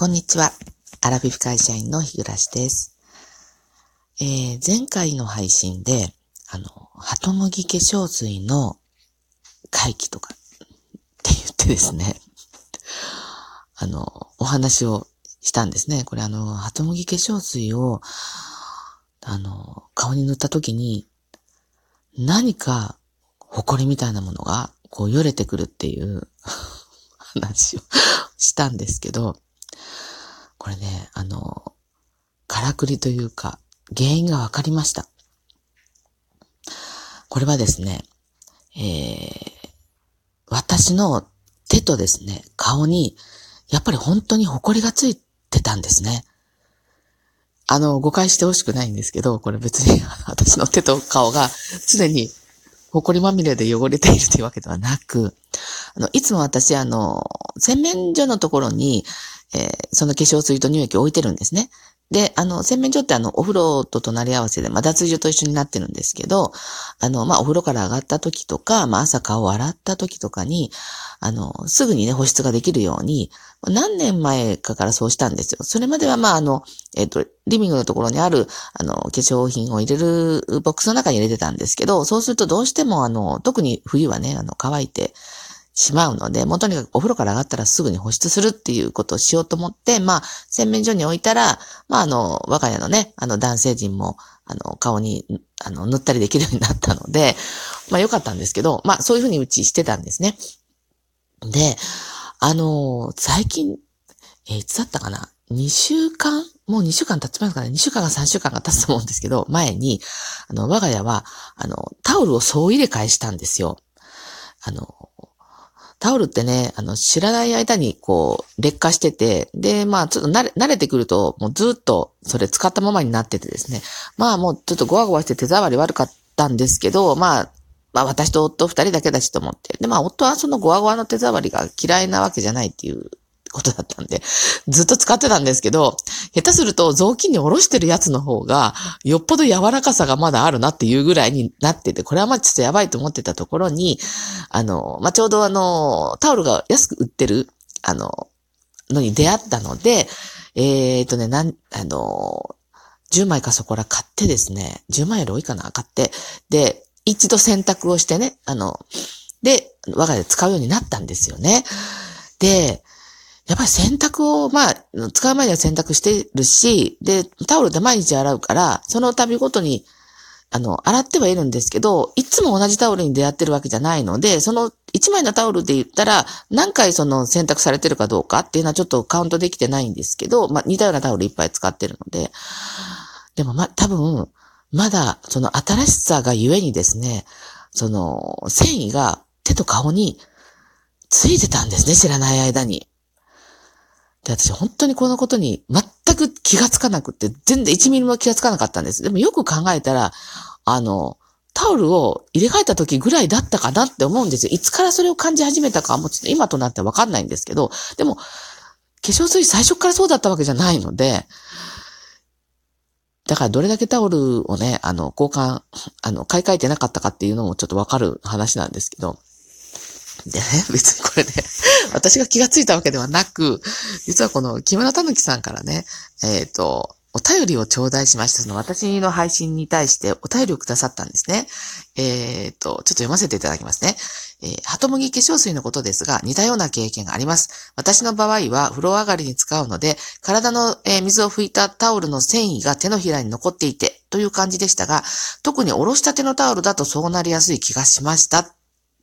こんにちは。アラフィフ会社員の日暮です。前回の配信で、ハトムギ化粧水の回帰とかって言ってですね、お話をしたんですね。これハトムギ化粧水を、顔に塗った時に、何か、埃みたいなものが、こう、よれてくるっていう話をしたんですけど、これね、からくりというか、原因がわかりました。これはですね、私の手とですね、顔に、やっぱり本当に埃がついてたんですね。誤解してほしくないんですけど、これ別に私の手と顔が常に埃まみれで汚れているというわけではなく、いつも私、洗面所のところに、その化粧水と乳液を置いてるんですね。で、洗面所ってお風呂と隣り合わせで、脱衣所と一緒になってるんですけど、お風呂から上がった時とか、朝顔を洗った時とかに、すぐにね、保湿ができるように、何年前かからそうしたんですよ。それまでは、リビングのところにある、化粧品を入れるボックスの中に入れてたんですけど、そうするとどうしても、特に冬はね、乾いて、しまうので、もうとにかくお風呂から上がったらすぐに保湿するっていうことをしようと思って、洗面所に置いたら、我が家のね、男性陣も、顔に、塗ったりできるようになったので、良かったんですけど、そういうふうにうちしてたんですね。で、最近、いつだったかな ?2 週間もう2週間経ちますかね ?2 週間か3週間が経つと思うんですけど、前に、我が家は、タオルを総入れ替えしたんですよ。タオルってね、知らない間に劣化してて、で、ちょっと慣れてくると、もうずっとそれ使ったままになっててですね。もうちょっとゴワゴワして手触り悪かったんですけど、私と夫二人だけだしと思って。で、夫はそのゴワゴワの手触りが嫌いなわけじゃないっていうことだったんで、ずっと使ってたんですけど、下手すると雑巾に下ろしてるやつの方が、よっぽど柔らかさがまだあるなっていうぐらいになってて、これはちょっとやばいと思ってたところに、ちょうどタオルが安く売ってる、のに出会ったので、10枚かそこら買ってですね、10枚より多いかな買って、で、一度洗濯をしてね、で、我が家で使うようになったんですよね。で、やっぱり洗濯を、使う前には洗濯してるし、で、タオルで毎日洗うから、その度ごとに、洗ってはいるんですけど、いつも同じタオルに出会ってるわけじゃないので、その1枚のタオルで言ったら、何回その洗濯されてるかどうかっていうのはちょっとカウントできてないんですけど、似たようなタオルいっぱい使ってるので、でも多分、まだ、その新しさがゆえにですね、その、繊維が手と顔についてたんですね、知らない間に。で、私本当にこのことに全く気がつかなくって、全然1ミリも気がつかなかったんです。でもよく考えたら、タオルを入れ替えた時ぐらいだったかなって思うんですよ。いつからそれを感じ始めたかはもうちょっと今となってわかんないんですけど、でも、化粧水最初からそうだったわけじゃないので、だからどれだけタオルをね、交換、買い替えてなかったかっていうのもちょっとわかる話なんですけど、でね、別にこれね、私が気がついたわけではなく、実はこの木村たぬきさんからね、お便りを頂戴しました。その私の配信に対してお便りをくださったんですね。ちょっと読ませていただきますね。ハトムギ化粧水のことですが、似たような経験があります。私の場合は風呂上がりに使うので、体の水を拭いたタオルの繊維が手のひらに残っていて、という感じでしたが、特におろしたてのタオルだとそうなりやすい気がしました。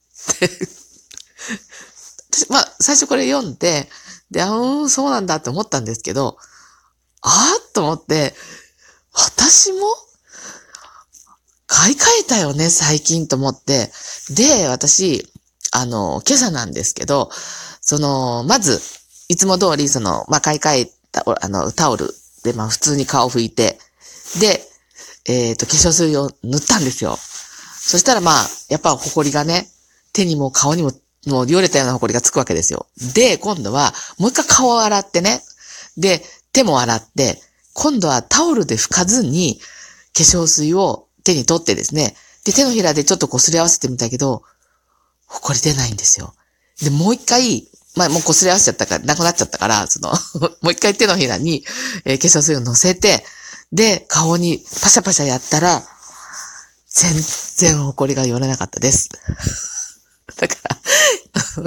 最初これ読んで、で、そうなんだって思ったんですけど、と思って、私も買い替えたよね、最近と思って。で、私、今朝なんですけど、まず、いつも通り、買い替えた、タオルで、普通に顔拭いて、で、化粧水を塗ったんですよ。そしたらやっぱ埃がね、手にも顔にももうよれたような埃がつくわけですよ。で、今度は、もう一回顔を洗ってね。で、手も洗って、今度はタオルで拭かずに、化粧水を手に取ってですね。で、手のひらでちょっと擦り合わせてみたけど、埃出ないんですよ。で、もう一回、 まあもう擦り合わせちゃったから、なくなっちゃったから、もう一回手のひらに、化粧水を乗せて、で、顔にパシャパシャやったら、全然ホコリが寄れなかったです。だから、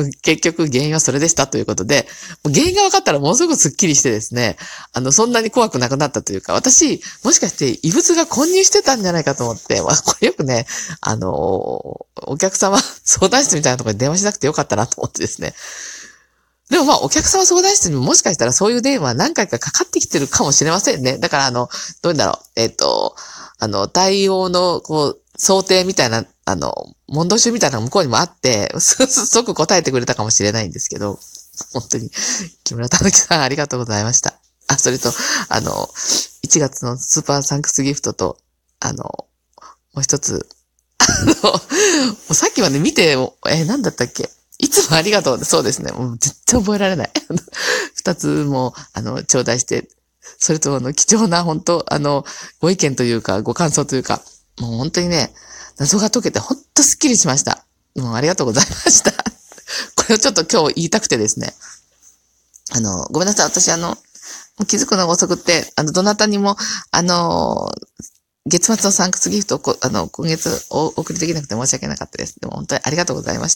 結局原因はそれでしたということで、原因が分かったらものすごくスッキリしてですね、そんなに怖くなくなったというか、私、もしかして異物が混入してたんじゃないかと思って、これよくね、お客様相談室みたいなところに電話しなくてよかったなと思ってですね。でもお客様相談室にももしかしたらそういう電話何回かかかってきてるかもしれませんね。だからどういうんだろう、対応の、想定みたいな、問答集みたいなのが向こうにもあって、即答えてくれたかもしれないんですけど、本当に、木村たぬきさんありがとうございました。それと、1月のスーパーサンクスギフトと、もう一つ、さっきまで見て、何だったっけ？いつもありがとう。そうですね。もう絶対覚えられない。二つも、頂戴して、それと、貴重な、本当ご意見というか、ご感想というか、もう本当にね、謎が解けて、本当スッキリしました。もうありがとうございました。これをちょっと今日言いたくてですね。ごめんなさい。私気づくのが遅くって、どなたにも、月末のサンクスギフトを今月お送りできなくて申し訳なかったです。でも本当にありがとうございました。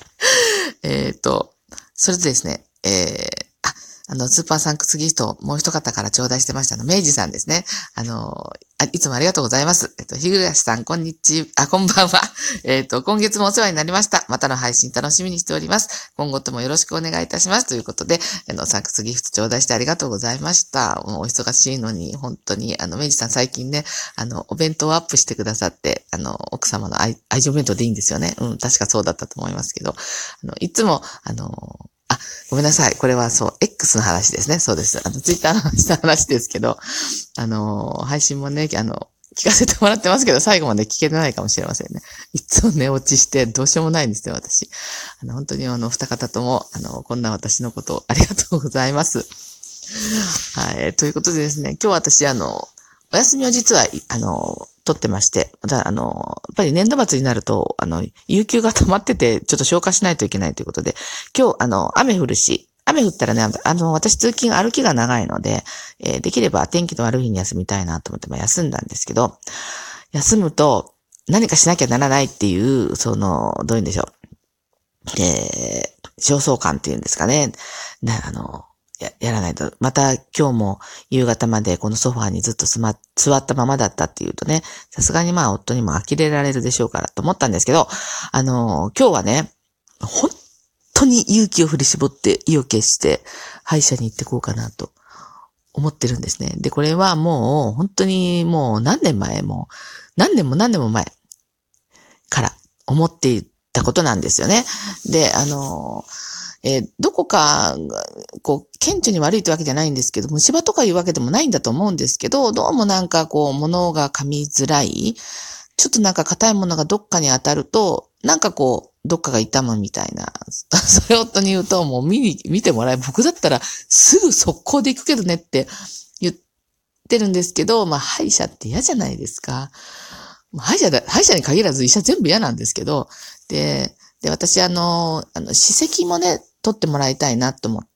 それでですね、スーパーサンクスギフトをもう一方から頂戴してました明治さんですね。いつもありがとうございます。ひぐやしさん、こんばんは。今月もお世話になりました。またの配信楽しみにしております。今後ともよろしくお願いいたします。ということで、サンクスギフト頂戴してありがとうございました。もうお忙しいのに、本当に、明治さん最近ね、お弁当をアップしてくださって、奥様の愛情弁当でいいんですよね。確かそうだったと思いますけど、いつも、ごめんなさい。これはそう、X の話ですね。そうです。ツイッターの話ですけど、配信もね、聞かせてもらってますけど、最後まで聞けてないかもしれませんね。いつも寝落ちしてどうしようもないんですよ、私。本当に二方とも、こんな私のことをありがとうございます。はい。ということでですね、今日私、お休みを実は、取ってまして、やっぱり年度末になると、有給が溜まってて、ちょっと消化しないといけないということで、今日、雨降るし、雨降ったらね、私通勤歩きが長いので、できれば天気の悪い日に休みたいなと思って、休んだんですけど、休むと何かしなきゃならないっていう、どういうんでしょう。焦燥感っていうんですかね。やらないと。また今日も夕方までこのソファーにずっと座ったままだったっていうとね、さすがに夫にも呆れられるでしょうからと思ったんですけど、今日はね、本当に勇気を振り絞って意を決して歯医者に行ってこうかなと思ってるんですね。で、これはもう本当にもう何年前何年も前から思っていたことなんですよね。で、どこか、顕著に悪いってわけじゃないんですけど、虫歯とかいうわけでもないんだと思うんですけど、どうも物が噛みづらい。ちょっと硬いものがどっかに当たると、どっかが痛むみたいな。それを夫に言うと、もう見てもらえ、僕だったらすぐ速攻で行くけどねって言ってるんですけど、歯医者って嫌じゃないですか。歯医者に限らず医者全部嫌なんですけど、で、私歯石もね、取ってもらいたいなと思って、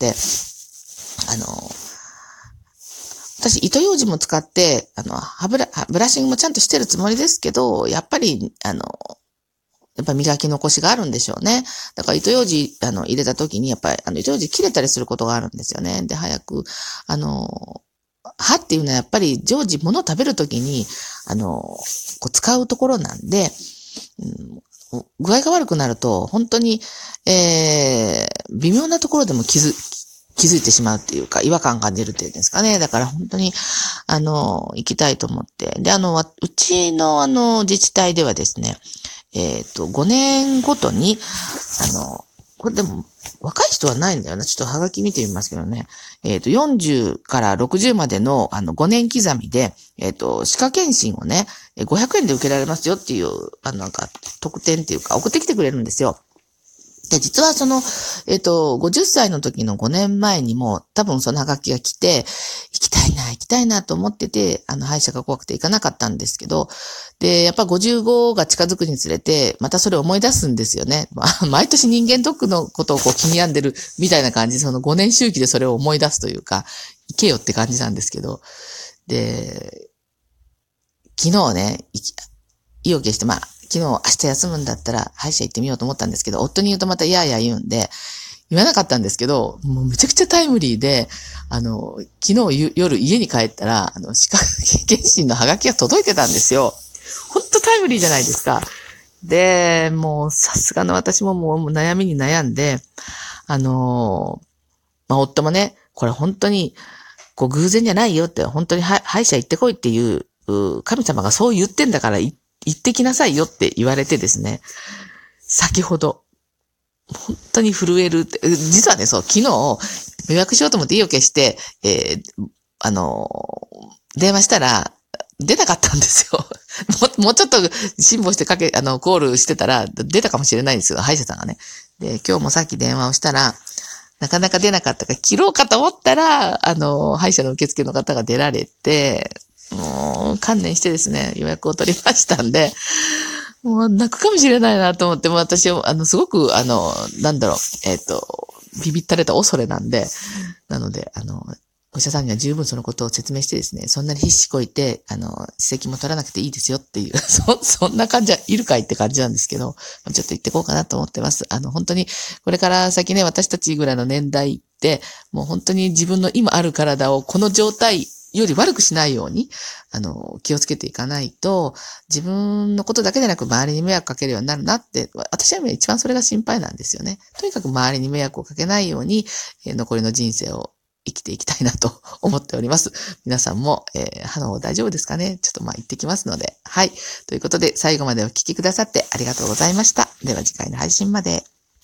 私、糸ようじも使って、ブラッシングもちゃんとしてるつもりですけど、やっぱり磨き残しがあるんでしょうね。だから糸ようじ、入れた時に、やっぱり、糸ようじ切れたりすることがあるんですよね。で、早く、歯っていうのはやっぱり常時物を食べるときに、使うところなんで、具合が悪くなると、本当に、微妙なところでも気づいてしまうっていうか、違和感が出るっていうんですかね。だから本当に、行きたいと思って。で、うちの自治体ではですね、5年ごとに、これでも、若い人はないんだよな。ちょっとハガキ見てみますけどね。40から60までの、5年刻みで、歯科検診をね、500円で受けられますよっていう、特典っていうか、送ってきてくれるんですよ。 で、実は50歳の時の5年前にも、多分そのハガキが来て、行きたいなと思ってて、歯医者が怖くて行かなかったんですけど、で、やっぱ55が近づくにつれて、またそれを思い出すんですよね。毎年人間ドックのことを気に病んでるみたいな感じで、その5年周期でそれを思い出すというか、行けよって感じなんですけど、で、昨日ね、意を決して、昨日明日休むんだったら歯医者行ってみようと思ったんですけど、夫に言うとまたいやいや言うんで、言わなかったんですけど、もうめちゃくちゃタイムリーで、昨日夜家に帰ったら、歯科検診のハガキが届いてたんですよ。ほんとタイムリーじゃないですか。で、もうさすがの私ももう悩みに悩んで、夫もね、これ本当に、偶然じゃないよって、本当に歯医者行ってこいっていう、神様がそう言ってんだから行ってきなさいよって言われてですね、先ほど、本当に震えるって、実はね、昨日、予約しようと思って意を決して、電話したら、出なかったんですよ。もうちょっと辛抱してコールしてたら、出たかもしれないんですよ、歯医者さんがね。で、今日もさっき電話をしたら、なかなか出なかったから、切ろうかと思ったら、歯医者の受付の方が出られて、もう、観念してですね、予約を取りましたんで、もう泣くかもしれないなと思って、もう私、すごく、ビビったれた恐れなんで、なので、お医者さんには十分そのことを説明してですね、そんなに必死こいて、歯石も取らなくていいですよっていう、そんな感じはいるかいって感じなんですけど、ちょっと言ってこうかなと思ってます。本当に、これから先ね、私たちぐらいの年代って、もう本当に自分の今ある体をこの状態より悪くしないように、気をつけていかないと、自分のことだけでなく周りに迷惑かけるようになるなって、私は一番それが心配なんですよね。とにかく周りに迷惑をかけないように、残りの人生を生きていきたいなと思っております。皆さんも、歯の方大丈夫ですかね？ちょっと行ってきますので。はい。ということで、最後までお聞きくださってありがとうございました。では次回の配信まで。